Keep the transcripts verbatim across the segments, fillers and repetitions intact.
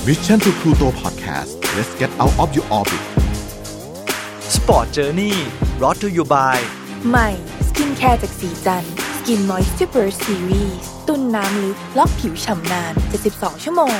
Mission to Pluto Podcast let's get out of your orbit Sport Journey brought to you by ใหม่สกินแคร์จากสีจันทร์สกินมอยส์เจอร์เบอร์ซีรีส์ตุ้นน้ำลึกล็อกผิวฉ่ำนานเจ็ดสิบสองชั่วโมง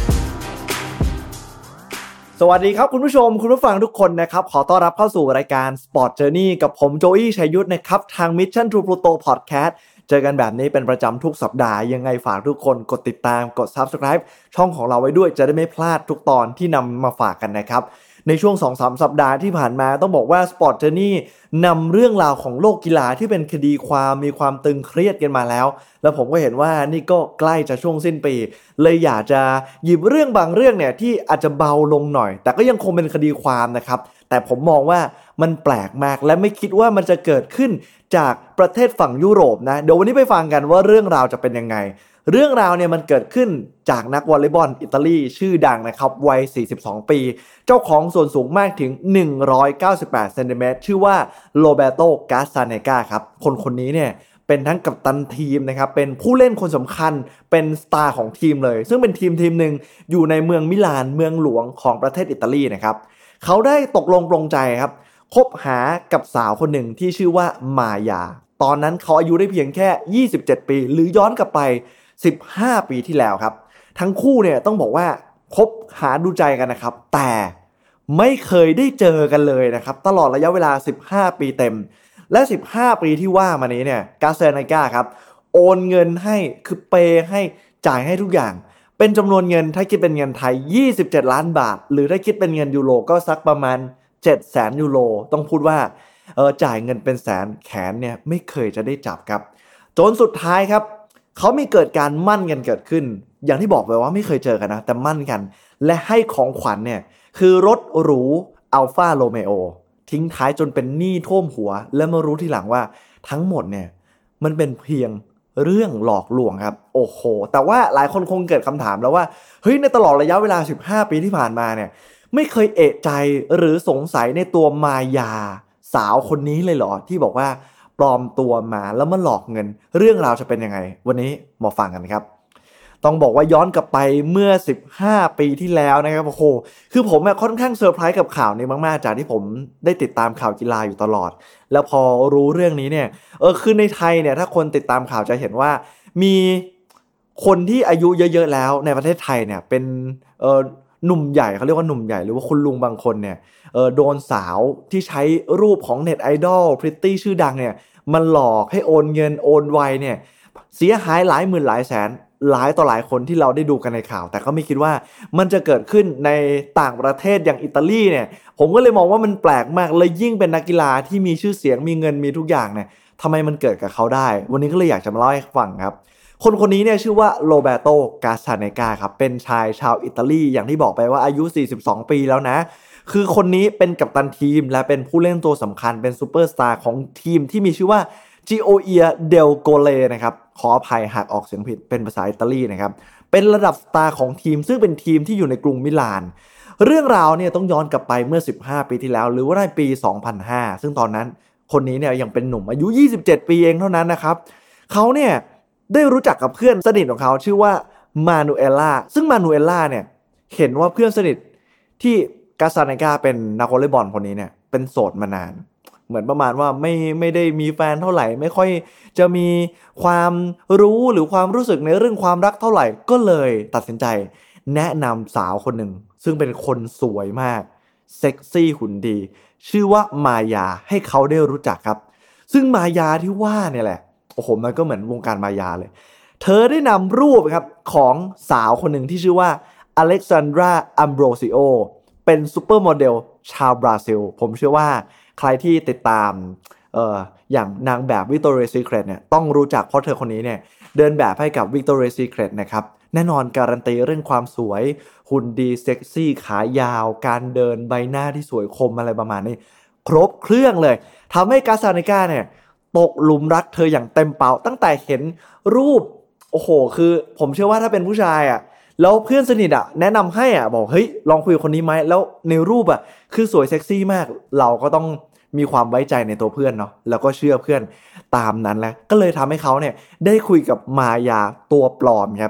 สวัสดีครับคุณผู้ชมคุณผู้ฟังทุกคนนะครับขอต้อนรับเข้าสู่รายการ Sport Journey กับผมโจอี้ชัยยุทธนะครับทาง Mission to Pluto Podcast เจอกันแบบนี้เป็นประจำทุกสัปดาห์ยังไงฝากทุกคนกดติดตามกด Subscribe ช่องของเราไว้ด้วยจะได้ไม่พลาดทุกตอนที่นำมาฝากกันนะครับในช่วง สองถึงสาม สัปดาห์ที่ผ่านมาต้องบอกว่า Sport Journey นำเรื่องราวของโลกกีฬาที่เป็นคดีความมีความตึงเครียดกันมาแล้วแล้วผมก็เห็นว่านี่ก็ใกล้จะช่วงสิ้นปีเลยอยากจะหยิบเรื่องบางเรื่องเนี่ยที่อาจจะเบาลงหน่อยแต่ก็ยังคงเป็นคดีความนะครับแต่ผมมองว่ามันแปลกมากและไม่คิดว่ามันจะเกิดขึ้นจากประเทศฝั่งยุโรปนะเดี๋ยววันนี้ไปฟังกันว่าเรื่องราวจะเป็นยังไงเรื่องราวเนี่ยมันเกิดขึ้นจากนักวอลเลย์บอลอิตาลีชื่อดังนะครับวัยสี่สิบสองปีเจ้าของส่วนสูงมากถึงหนึ่งร้อยเก้าสิบแปดเซนติเมตรชื่อว่าโรเบโต กาสซาเนกาครับคนคนนี้เนี่ยเป็นทั้งกัปตันทีมนะครับเป็นผู้เล่นคนสำคัญเป็นสตาร์ของทีมเลยซึ่งเป็นทีมทีมหนึ่งอยู่ในเมืองมิลานเมืองหลวงของประเทศอิตาลีนะครับเขาได้ตกลงปลงใจครับคบหากับสาวคนหนึ่งที่ชื่อว่ามายาตอนนั้นเขาอายุได้เพียงแค่ยี่สิบเจ็ดปีหรือย้อนกลับไปสิบห้าปีที่แล้วครับทั้งคู่เนี่ยต้องบอกว่าคบหาดูใจกันนะครับแต่ไม่เคยได้เจอกันเลยนะครับตลอดระยะเวลาสิบห้าปีเต็มและสิบห้าปีที่ว่ามานี้เนี่ยกาเซเนกาครับโอนเงินให้คือเปย์ให้จ่ายให้ทุกอย่างเป็นจำนวนเงินถ้าคิดเป็นเงินไทยยี่สิบเจ็ดล้านบาทหรือถ้าคิดเป็นเงินยูโรก็สักประมาณเจ็ดแสนยูโรต้องพูดว่าเออจ่ายเงินเป็นแสนแขนเนี่ยไม่เคยจะได้จับครับจนสุดท้ายครับเขามีเกิดการมั่นกันเกิดขึ้นอย่างที่บอกไปว่าไม่เคยเจอกันนะแต่มั่นกันและให้ของขวัญเนี่ยคือรถหรูอัลฟาโรเมโอทิ้งท้ายจนเป็นหนี้ท่วมหัวและมารู้ทีหลังว่าทั้งหมดเนี่ยมันเป็นเพียงเรื่องหลอกลวงครับโอ้โหแต่ว่าหลายคนคงเกิดคำถามแล้วว่าเฮ้ยในตลอดระยะเวลาสิบห้าปีที่ผ่านมาเนี่ยไม่เคยเอะใจหรือสงสัยในตัวมายาสาวคนนี้เลยเหรอที่บอกว่าปลอมตัวมาแล้วมาหลอกเงินเรื่องราวจะเป็นยังไงวันนี้มาฟังกันครับต้องบอกว่าย้อนกลับไปเมื่อสิบห้าปีที่แล้วนะครับโอ้โหคือผมอะค่อนข้างเซอร์ไพรส์กับข่าวนี้มากๆจากที่ผมได้ติดตามข่าวกีฬาอยู่ตลอดแล้วพอรู้เรื่องนี้เนี่ยเออคือในไทยเนี่ยถ้าคนติดตามข่าวจะเห็นว่ามีคนที่อายุเยอะๆแล้วในประเทศไทยเนี่ยเป็นเออหนุ่มใหญ่เขาเรียกว่าหนุ่มใหญ่หรือว่าคุณลุงบางคนเนี่ยเออโดนสาวที่ใช้รูปของเน็ตไอดอลพริตตี้ชื่อดังเนี่ยมันหลอกให้โอนเงินโอนไวเนี่ยเสียหายหลายหมื่นหลายแสนหลายต่อหลายคนที่เราได้ดูกันในข่าวแต่ก็ไม่คิดว่ามันจะเกิดขึ้นในต่างประเทศอย่างอิตาลีเนี่ยผมก็เลยมองว่ามันแปลกมากเลยยิ่งเป็นนักกีฬาที่มีชื่อเสียงมีเงินมีทุกอย่างเนี่ยทำไมมันเกิดกับเขาได้วันนี้ก็เลยอยากจะมาเล่าให้ฟังครับคนคนนี้เนี่ยชื่อว่าโรเบโต กาสซาเนกาครับเป็นชายชาวอิตาลีอย่างที่บอกไปว่าอายุสี่สิบสองปีแล้วนะคือคนนี้เป็นกัปตันทีมและเป็นผู้เล่นตัวสำคัญเป็นซูเปอร์สตาร์ของทีมที่มีชื่อว่าจิโอเอียเดลโกเลนะครับขออภัยหากออกเสียงผิดเป็นภาษาอิตาลีนะครับเป็นระดับสตาร์ของทีมซึ่งเป็นทีมที่อยู่ในกรุงมิลานเรื่องราวเนี่ยต้องย้อนกลับไปเมื่อสิบห้าปีที่แล้วหรือว่าในปีสองพันห้าซึ่งตอนนั้นคนนี้เนี่ยยังเป็นหนุ่มอายุยี่สิบเจ็ดปีเองเท่านั้นนะครับเขาเนี่ยได้รู้จักกับเพื่อนสนิทของเขาชื่อว่ามานูเอลล่าซึ่งมานูเอลล่าเนี่ยเห็นว่าเพื่อนสนิทที่กาซาเนกาเป็นนักวอลเลย์บอลคนนี้เนี่ยเป็นโสดมานานเหมือนประมาณว่าไม่ไม่ได้มีแฟนเท่าไหร่ไม่ค่อยจะมีความรู้หรือความรู้สึกในเรื่องความรักเท่าไหร่ก็เลยตัดสินใจแนะนำสาวคนหนึ่งซึ่งเป็นคนสวยมากเซ็กซี่หุ่นดีชื่อว่ามายาให้เขาได้รู้จักครับซึ่งมายาที่ว่าเนี่ยแหละโอ้โหมันก็เหมือนวงการมายาเลยเธอได้นำรูปครับของสาวคนหนึ่งที่ชื่อว่าอเล็กซานดราอัมโบรซิโอเป็นซูเปอร์โมเดลชาวบราซิลผมเชื่อว่าใครที่ติดตามเอ่ออย่างนางแบบ Victoria's Secret เนี่ยต้องรู้จักเพราะเธอคนนี้เนี่ยเดินแบบให้กับ Victoria's Secret นะครับแน่นอนการันตีเรื่องความสวยหุ่นดีเซ็กซี่ขายาวการเดินใบหน้าที่สวยคมอะไรประมาณนี้ครบเครื่องเลยทำให้กาซาเนกาเนี่ยตกหลุมรักเธออย่างเต็มเป่าตั้งแต่เห็นรูปโอ้โหคือผมเชื่อว่าถ้าเป็นผู้ชายอ่ะแล้วเพื่อนสนิทอ่ะแนะนำให้อ่ะบอกเฮ้ยลองคุยกับคนนี้ไหมแล้วในรูปอ่ะคือสวยเซ็กซี่มากเราก็ต้องมีความไว้ใจในตัวเพื่อนเนาะแล้วก็เชื่อเพื่อนตามนั้นแหละก็เลยทำให้เขาเนี่ยได้คุยกับมายาตัวปลอมครับ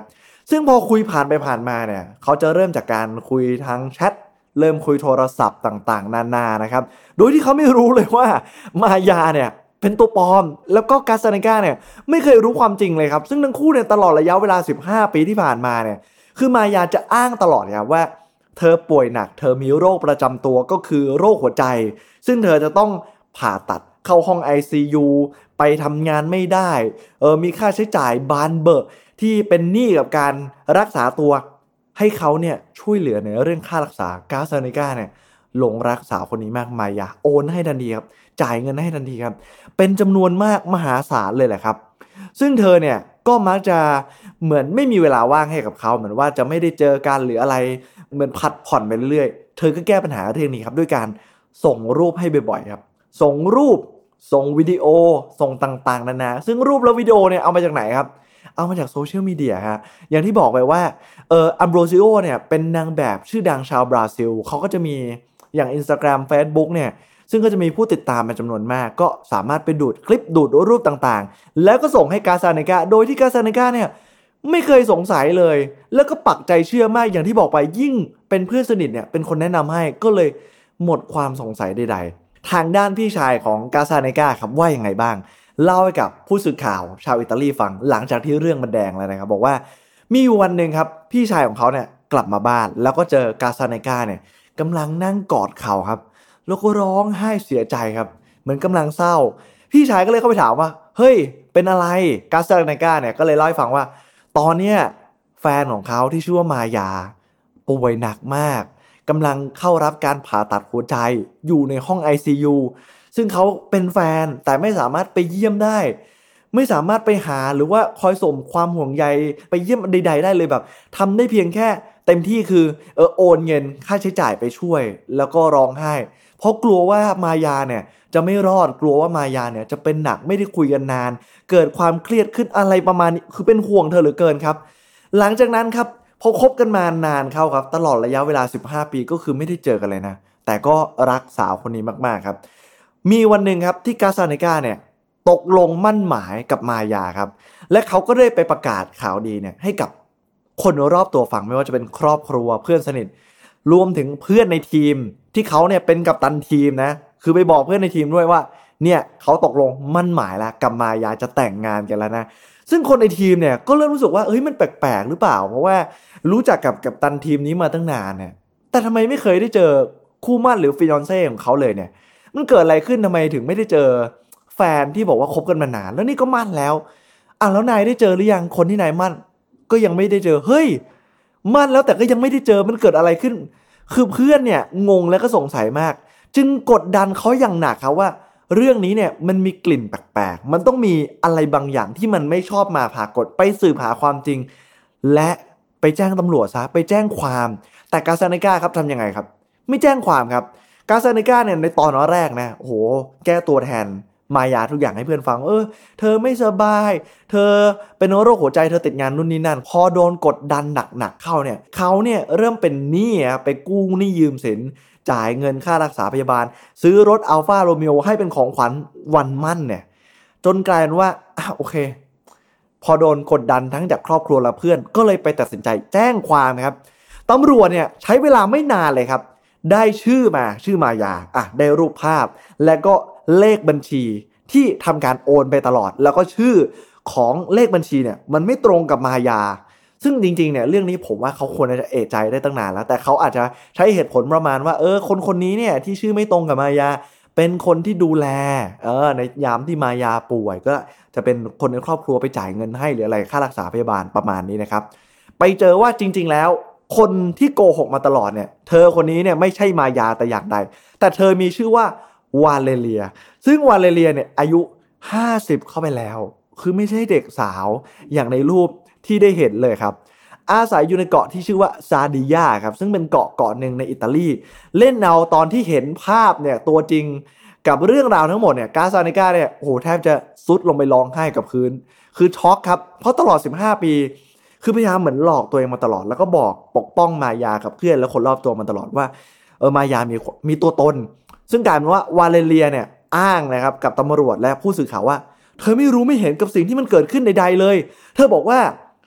ซึ่งพอคุยผ่านไปผ่านมาเนี่ยเขาจะเริ่มจากการคุยทางแชทเริ่มคุยโทรศัพท์ต่างๆนานานะครับโดยที่เขาไม่รู้เลยว่ามายาเนี่ยเป็นตัวปลอมแล้วก็กาซาเนก้าเนี่ยไม่เคยรู้ความจริงเลยครับซึ่งทั้งคู่เนี่ยตลอดระยะเวลาสิบห้าปีที่ผ่านมาเนี่ยคือมายาจะอ้างตลอดครับว่าเธอป่วยหนักเธอมีโรคประจำตัวก็คือโรคหัวใจซึ่งเธอจะต้องผ่าตัดเข้าห้อง ไอ ซี ยู ไปทำงานไม่ได้เออมีค่าใช้จ่ายบานเบอร์ที่เป็นหนี้กับการรักษาตัวให้เขาเนี่ยช่วยเหลือในเรื่องค่ารักษากาซาเนก้าเนี่ยหลงรักสาวคนนี้มากมายอย่าโอนให้ทันทีครับจ่ายเงินให้ทันทีครับเป็นจำนวนมากมหาศาลเลยแหละครับซึ่งเธอเนี่ยก็มักจะเหมือนไม่มีเวลาว่างให้กับเขาเหมือนว่าจะไม่ได้เจอกันหรืออะไรเหมือนพัดผ่อนไปเรื่อยๆเธอก็แก้ปัญหาเรื่องนี้ครับด้วยการส่งรูปให้บ่อยๆครับส่งรูปส่งวิดีโอส่งต่างๆนานาซึ่งรูปและวิดีโอเนี่ยเอามาจากไหนครับเอามาจากโซเชียลมีเดียฮะอย่างที่บอกไปว่าเอออัมโบรซิโอเนี่ยเป็นนางแบบชื่อดังชาวบราซิลเขาก็จะมีอย่าง Instagram Facebook เนี่ยซึ่งก็จะมีผู้ติดตามเป็นจำนวนมากก็สามารถไปดูดคลิปดูดรูปต่างๆแล้วก็ส่งให้กาซาเนก้าโดยที่กาซาเนก้าเนี่ยไม่เคยสงสัยเลยแล้วก็ปักใจเชื่อมากอย่างที่บอกไปยิ่งเป็นเพื่อนสนิทเนี่ยเป็นคนแนะนำให้ก็เลยหมดความสงสัยใดๆทางด้านพี่ชายของกาซาเนก้าครับว่ายังไงบ้างเล่าให้กับผู้สื่อข่าวชาวอิตาลีฟังหลังจากที่เรื่องมันแดงแล้วนะครับบอกว่ามีวันหนึ่งครับพี่ชายของเขาเนี่ยกลับมาบ้านแล้วก็เจอกาซาเนก้าเนี่ยกำลังนั่งกอดเขาครับแล้วก็ร้องไห้เสียใจครับเหมือนกำลังเศร้าพี่ชายก็เลยเข้าไปถามว่าเฮ้ยเป็นอะไรกาซาเนก้าเนี่ยก็เลยเล่าให้ฟังว่าตอนเนี้ยแฟนของเขาที่ชื่อว่ามายาป่วยหนักมากกำลังเข้ารับการผ่าตัดหัวใจอยู่ในห้อง ไอ ซี ยู ซึ่งเขาเป็นแฟนแต่ไม่สามารถไปเยี่ยมได้ไม่สามารถไปหาหรือว่าคอยส่งความห่วงใยไปเยี่ยมใดๆได้เลยแบบทำได้เพียงแค่เต็มที่คือเออโอนเงินค่าใช้จ่ายไปช่วยแล้วก็ร้องไห้เพราะกลัวว่ามายาเนี่ยจะไม่รอดกลัวว่ามายาเนี่ยจะเป็นหนักไม่ได้คุยกันนานเกิดความเครียดขึ้นอะไรประมาณนี้คือเป็นห่วงเธอเหลือเกินครับหลังจากนั้นครับพอคบกันมานานเข้าครับตลอดระยะเวลาสิบห้าปีก็คือไม่ได้เจอกันเลยนะแต่ก็รักสาวคนนี้มากๆครับมีวันหนึ่งครับที่กาซาเนก้าเนี่ยตกลงมั่นหมายกับมายาครับและเขาก็ได้ไปประกาศข่าวดีเนี่ยให้กับคนรอบตัวฟังไม่ว่าจะเป็นครอบครัวเพื่อนสนิทรวมถึงเพื่อนในทีมที่เขาเนี่ยเป็นกัปตันทีมนะคือไปบอกเพื่อนในทีมด้วยว่าเนี่ยเขาตกลงมั่นหมายแล้วกับมายาจะแต่งงานกันแล้วนะซึ่งคนในทีมเนี่ยก็เริ่มรู้สึกว่าเฮ้ยมันแปลกๆหรือเปล่าเพราะว่ารู้จักกับกัปตันทีมนี้มาตั้งนานเนี่ยแต่ทำไมไม่เคยได้เจอคู่มั่นหรือฟิยอนเซ่ของเขาเลยเนี่ยมันเกิดอะไรขึ้นทำไมถึงไม่ได้เจอแฟนที่บอกว่าคบกันมานานแล้วนี่ก็มั่นแล้วอ่ะแล้วนายได้เจอหรือยังคนที่นายมั่นก็ยังไม่ได้เจอเฮ้ยมั่นแล้วแต่ก็ยังไม่ได้เจอมันเกิดอะไรขึ้นคือเพื่อนเนี่ยงงแล้วก็สงสัยมากจึงกดดันเขาอย่างหนักครับว่าเรื่องนี้เนี่ยมันมีกลิ่นแปลกๆมันต้องมีอะไรบางอย่างที่มันไม่ชอบมาพากลไปสืบหาความจริงและไปแจ้งตำรวจซะไปแจ้งความแต่กาซาเนก้าครับทำยังไงครับไม่แจ้งความครับกาซาเนก้าเนี่ยในตอนแรกนะโอ้โหแก้ตัวแทนมายาทุกอย่างให้เพื่อนฟังเออเธอไม่สบายเธอเป็นโรคหัวใจเธอติดงานนู่นนี่นั่นพอโดนกดดันหนักๆเข้าเนี่ยเขาเนี่ยเริ่มเป็นหนี้ไปกู้หนี้ยืมสินจ่ายเงินค่ารักษาพยาบาลซื้อรถอัลฟาโรเมโอให้เป็นของขวัญวันมั่นเนี่ยจนกลายเป็นว่าอ่ะโอเคพอโดนกดดันทั้งจากครอบครัวและเพื่อนก็เลยไปตัดสินใจแจ้งความครับตำรวจเนี่ยใช้เวลาไม่นานเลยครับได้ชื่อมาชื่อมายาอ่ะได้รูปภาพและก็เลขบัญชีที่ทำการโอนไปตลอดแล้วก็ชื่อของเลขบัญชีเนี่ยมันไม่ตรงกับมายาซึ่งจริงๆเนี่ยเรื่องนี้ผมว่าเขาควรจะเอะใจได้ตั้งนานแล้วแต่เขาอาจจะใช้เหตุผลประมาณว่าเออคนคนนี้เนี่ยที่ชื่อไม่ตรงกับมายาเป็นคนที่ดูแลเออในยามที่มายาป่วยก็จะเป็นคนในครอบครัวไปจ่ายเงินให้หรืออะไรค่ารักษาพยาบาลประมาณนี้นะครับไปเจอว่าจริงๆแล้วคนที่โกหกมาตลอดเนี่ยเธอคนนี้เนี่ยไม่ใช่มายาแต่อย่างใดแต่เธอมีชื่อว่าวาเลเลียซึ่งวาเลเลียเนี่ยอายุห้าสิบเข้าไปแล้วคือไม่ใช่เด็กสาวอย่างในรูปที่ได้เห็นเลยครับอาศัยอยู่ในเกาะที่ชื่อว่าซาดิยาครับซึ่งเป็นเกาะเกาะหนึ่งในอิตาลีเล่นเอาตอนที่เห็นภาพเนี่ยตัวจริงกับเรื่องราวทั้งหมดเนี่ยกาซาเนก้าเนี่ยโอ้โหแทบจะซุดลงไปร้องไห้กับพื้นคือช็อกครับเพราะตลอดสิบห้าปีคือพยายามเหมือนหลอกตัวเองมาตลอดแล้วก็บอกปกป้องมายากับเพื่อนและคนรอบตัวมาตลอดว่าเออมายามีมีตัวตนซึ่งกลายเป็นว่าวาเลเลียเนี่ยอ้างนะครับกับตำรวจและผู้สื่อข่าวว่าเธอไม่รู้ไม่เห็นกับสิ่งที่มันเกิดขึ้นใดๆเลยเธอบอกว่า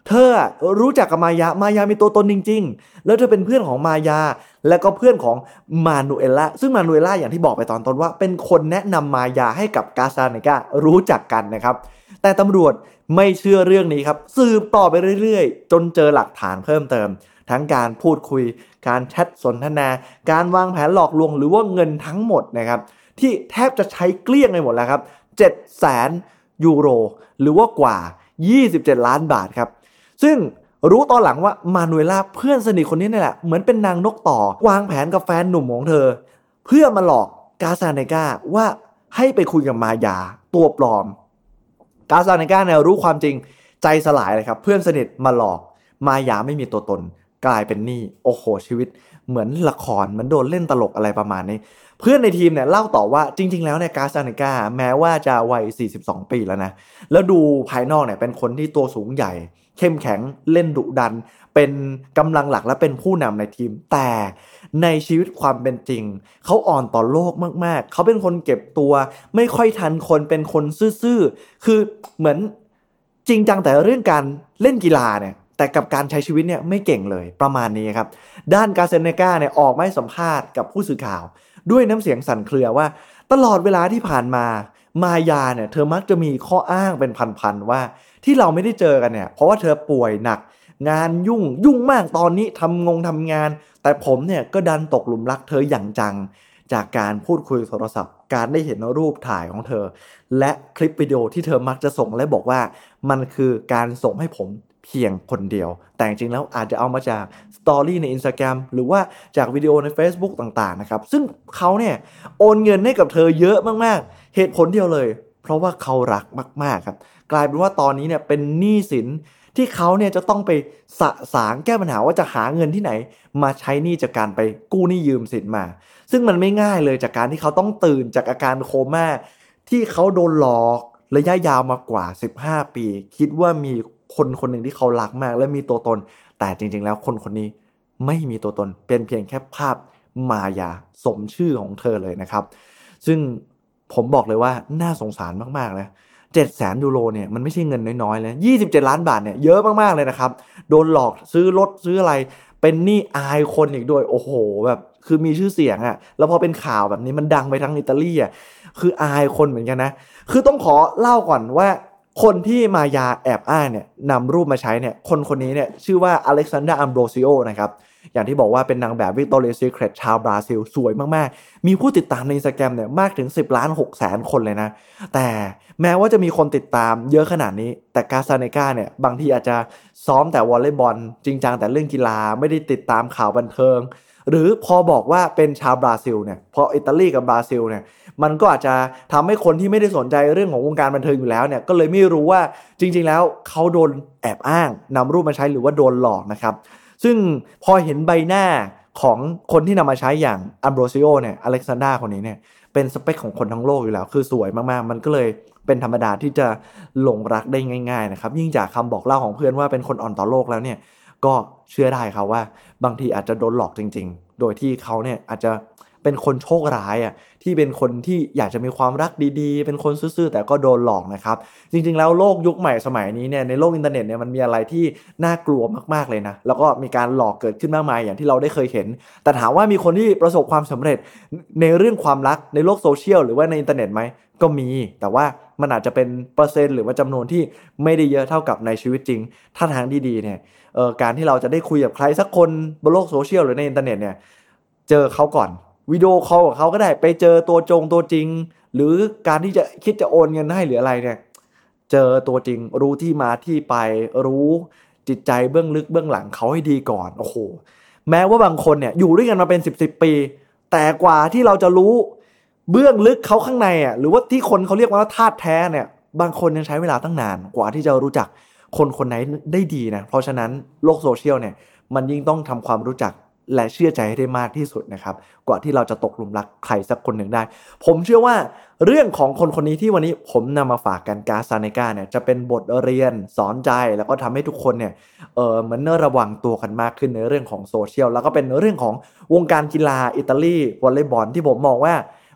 เธอรู้จักกับมายามายามีตัวตนจริงๆแล้วเธอเป็นเพื่อนของมายาและก็เพื่อนของมานูเอลล่าซึ่งมานูเอลล่าอย่างที่บอกไปตอนต้นว่าเป็นคนแนะนำมายาให้กับกาซาเนการู้จักกันนะครับแต่ตำรวจไม่เชื่อเรื่องนี้ครับสืบต่อไปเรื่อยๆจนเจอหลักฐานเพิ่มเติมทั้งการพูดคุยการแชทสนทนาการวางแผนหลอกลวงหรือว่าเงินทั้งหมดนะครับที่แทบจะใช้เกลี้ยงไปหมดแล้วครับ เจ็ดแสน ยูโรหรือว่ากว่ายี่สิบเจ็ดล้านบาทครับซึ่งรู้ตอนหลังว่ามานูเอลล่าเพื่อนสนิทคนนี้นี่แหละเหมือนเป็นนางนกต่อวางแผนกับแฟนหนุ่มของเธอเพื่อมาหลอกกาซาเนกาว่าให้ไปคุยกับมายาตัวปลอมกาซาเนกาเนี่ยรู้ความจริงใจสลายเลยครับเพื่อนสนิทมาหลอกมายาไม่มีตัวตนกลายเป็นหนี้โอ้โหชีวิตเหมือนละครเหมือนโดนเล่นตลกอะไรประมาณนี้เพื่อนในทีมเนี่ยเล่าต่อว่าจริงๆแล้วเนี่ยกาซาเนกาแม้ว่าจะวัยสี่สิบสองปีแล้วนะแล้วดูภายนอกเนี่ยเป็นคนที่ตัวสูงใหญ่เข้มแข็งเล่นดุดันเป็นกำลังหลักและเป็นผู้นำในทีมแต่ในชีวิตความเป็นจริงเขาอ่อนต่อโลกมากๆเขาเป็นคนเก็บตัวไม่ค่อยทันคนเป็นคนซื่อๆคือเหมือนจริงจังแต่เรื่องการเล่นกีฬาเนี่ยแต่กับการใช้ชีวิตเนี่ยไม่เก่งเลยประมาณนี้ครับด้านกาซาเนกาเนี่ยออกมาให้สัมภาษณ์กับผู้สื่อข่าวด้วยน้ำเสียงสั่นเครือว่าตลอดเวลาที่ผ่านมามายาเนี่ยเธอมักจะมีข้ออ้างเป็นพันๆว่าที่เราไม่ได้เจอกันเนี่ยเพราะว่าเธอป่วยหนักงานยุ่งยุ่งมากตอนนี้ทำงงทำงานแต่ผมเนี่ยก็ดันตกหลุมรักเธออย่างจังจากการพูดคุยโทรศัพท์การได้เห็นรูปถ่ายของเธอและคลิปวิดีโอที่เธอมักจะส่งและบอกว่ามันคือการส่งให้ผมเพียงคนเดียวแต่จริงๆแล้วอาจจะเอามาจากสตอรี่ใน Instagram หรือว่าจากวิดีโอใน Facebook ต่างๆนะครับซึ่งเขาเนี่ยโอนเงินให้กับเธอเยอะมากๆเหตุผลเดียวเลยเพราะว่าเขารักมากๆครับกลายเป็นว่าตอนนี้เนี่ยเป็นหนี้สินที่เขาเนี่ยจะต้องไปสะสางแก้ปัญหาว่าจะหาเงินที่ไหนมาใช้หนี้จากการไปกู้หนี้ยืมสินมาซึ่งมันไม่ง่ายเลยจากการที่เขาต้องตื่นจากอาการโคม่าที่เขาโดนหลอกระยะยาวมากว่าสิบห้าปีคิดว่ามีคนคนหนึ่งที่เขารักมากและมีตัวตนแต่จริงๆแล้วคนคนนี้ไม่มีตัวตนเป็นเพียงแค่ภาพมายาสมชื่อของเธอเลยนะครับซึ่งผมบอกเลยว่าน่าสงสารมากๆนะเจ็ดแสนยูโรเนี่ยมันไม่ใช่เงินน้อยๆเลยยี่สิบเจ็ดล้านบาทเนี่ยเยอะมากๆเลยนะครับโดนหลอกซื้อรถซื้ออะไรเป็นหนี้อายคนอีกด้วยโอ้โหแบบคือมีชื่อเสียงอะแล้วพอเป็นข่าวแบบนี้มันดังไปทั้งอิตาลีอะคืออายคนเหมือนกันนะคือต้องขอเล่าก่อนว่าคนที่มายาแอบอ้างเนี่ยนำรูปมาใช้เนี่ยคนคนนี้เนี่ยชื่อว่าอเล็กซานดรา อัมโบรซิโอนะครับอย่างที่บอกว่าเป็นนางแบบวิกตอเรีย ซีเครตชาวบราซิลสวยมากๆมีผู้ติดตามใน Instagram เนี่ยมากถึงสิบล้านหกแสนคนเลยนะแต่แม้ว่าจะมีคนติดตามเยอะขนาดนี้แต่กาซาเนกาเนี่ยบางทีอาจจะซ้อมแต่วอลเลย์บอลจริงจังแต่เรื่องกีฬาไม่ได้ติดตามข่าวบันเทิงหรือพอบอกว่าเป็นชาวบราซิลเนี่ยพออิตาลีกับบราซิลเนี่ยมันก็อาจจะทำให้คนที่ไม่ได้สนใจเรื่องของวงการบันเทิงอยู่แล้วเนี่ยก็เลยไม่รู้ว่าจริงๆแล้วเขาโดนแอบอ้างนำรูปมาใช้หรือว่าโดนหลอกนะครับซึ่งพอเห็นใบหน้าของคนที่นำมาใช้อย่างอัมโบรซิโอเนี่ยอเล็กซานดราคนนี้เนี่ยเป็นสเปคของคนทั้งโลกอยู่แล้วคือสวยมากๆมันก็เลยเป็นธรรมดาที่จะหลงรักได้ง่ายๆนะครับยิ่งจากคำบอกเล่าของเพื่อนว่าเป็นคนอ่อนต่อโลกแล้วเนี่ยก็เชื่อได้ครับว่าบางทีอาจจะโดนหลอกจริงๆโดยที่เขาเนี่ยอาจจะเป็นคนโชคร้ายอ่ะที่เป็นคนที่อยากจะมีความรักดีๆเป็นคนซื่อๆแต่ก็โดนหลอกนะครับจริงๆแล้วโลกยุคใหม่สมัยนี้เนี่ยในโลกอินเทอร์เน็ตเนี่ยมันมีอะไรที่น่ากลัวมากๆเลยนะแล้วก็มีการหลอกเกิดขึ้นมากมายอย่างที่เราได้เคยเห็นแต่ถามว่ามีคนที่ประสบความสำเร็จในเรื่องความรักในโลกโซเชียลหรือว่าในอินเทอร์เน็ตไหมก็มีแต่ว่ามันอาจจะเป็นเปอร์เซ็นต์หรือว่าจำนวนที่ไม่ได้เยอะเท่ากับในชีวิตจริงถ้าทางที่ดีเนี่ยเอ่อการที่เราจะได้คุยกับใครสักคนบนโลกโซเชียลหรือในอินเทอร์เน็ตเนี่ยเจอเขาก่อนวิดีโอคอลกับเขาก็ได้ไปเจอตัวจงตัวจริงหรือการที่จะคิดจะโอนเงินให้หรืออะไรเนี่ยเจอตัวจริงรู้ที่มาที่ไปรู้จิตใจเบื้องลึกเบื้องหลังเขาให้ดีก่อนโอ้โหแม้ว่าบางคนเนี่ยอยู่ด้วยกันมาเป็นสิบสิบปีแต่กว่าที่เราจะรู้เบื้องลึกเขาข้างในอ่ะหรือว่าที่คนเขาเรียกว่าธาตุแท้เนี่ยบางคนยังใช้เวลาตั้งนานกว่าที่จะรู้จักคนคนไหนได้ดีนะเพราะฉะนั้นโลกโซเชียลเนี่ยมันยิ่งต้องทำความรู้จักและเชื่อใจให้ได้มากที่สุดนะครับกว่าที่เราจะตกหลุมรักใครสักคนหนึ่งได้ผมเชื่อว่าเรื่องของคนคนนี้ที่วันนี้ผมนำมาฝากกันกาซาเนกาเนี่ยจะเป็นบทเรียนสอนใจแล้วก็ทำให้ทุกคนเนี่ยเออเหมือนระวังตัวกันมากขึ้นในเรื่องของโซเชียลแล้วก็เป็นเรื่องของวงการกีฬาอิตาลีวอลเลย์บอลที่ผมมองว่า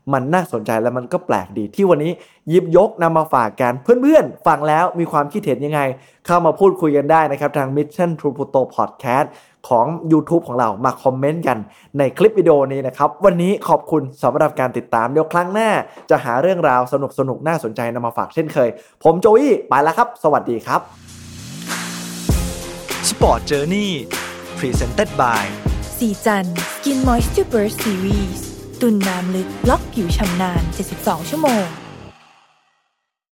มันน่าสนใจและมันก็แปลกดีที่วันนี้หยิบยกนำมาฝากกันเพื่อนๆฟังแล้วมีความคิดเห็นยังไงเข้ามาพูดคุยกันได้นะครับทาง Mission to Pluto Podcast ของ YouTube ของเรามาคอมเมนต์กันในคลิปวิดีโอนี้นะครับวันนี้ขอบคุณสำหรับการติดตามเดี๋ยวครั้งหน้าจะหาเรื่องราวสนุกๆน่าสนใจนำมาฝากเช่นเคยผมโจอี้ไปแล้วครับสวัสดีครับ Sport Journey Presented by สีจัน Skin Moisture Burst Series ตุ่นน้ำลึกล็อกผิวชำนานเจ็ดสิบสองชั่วโมง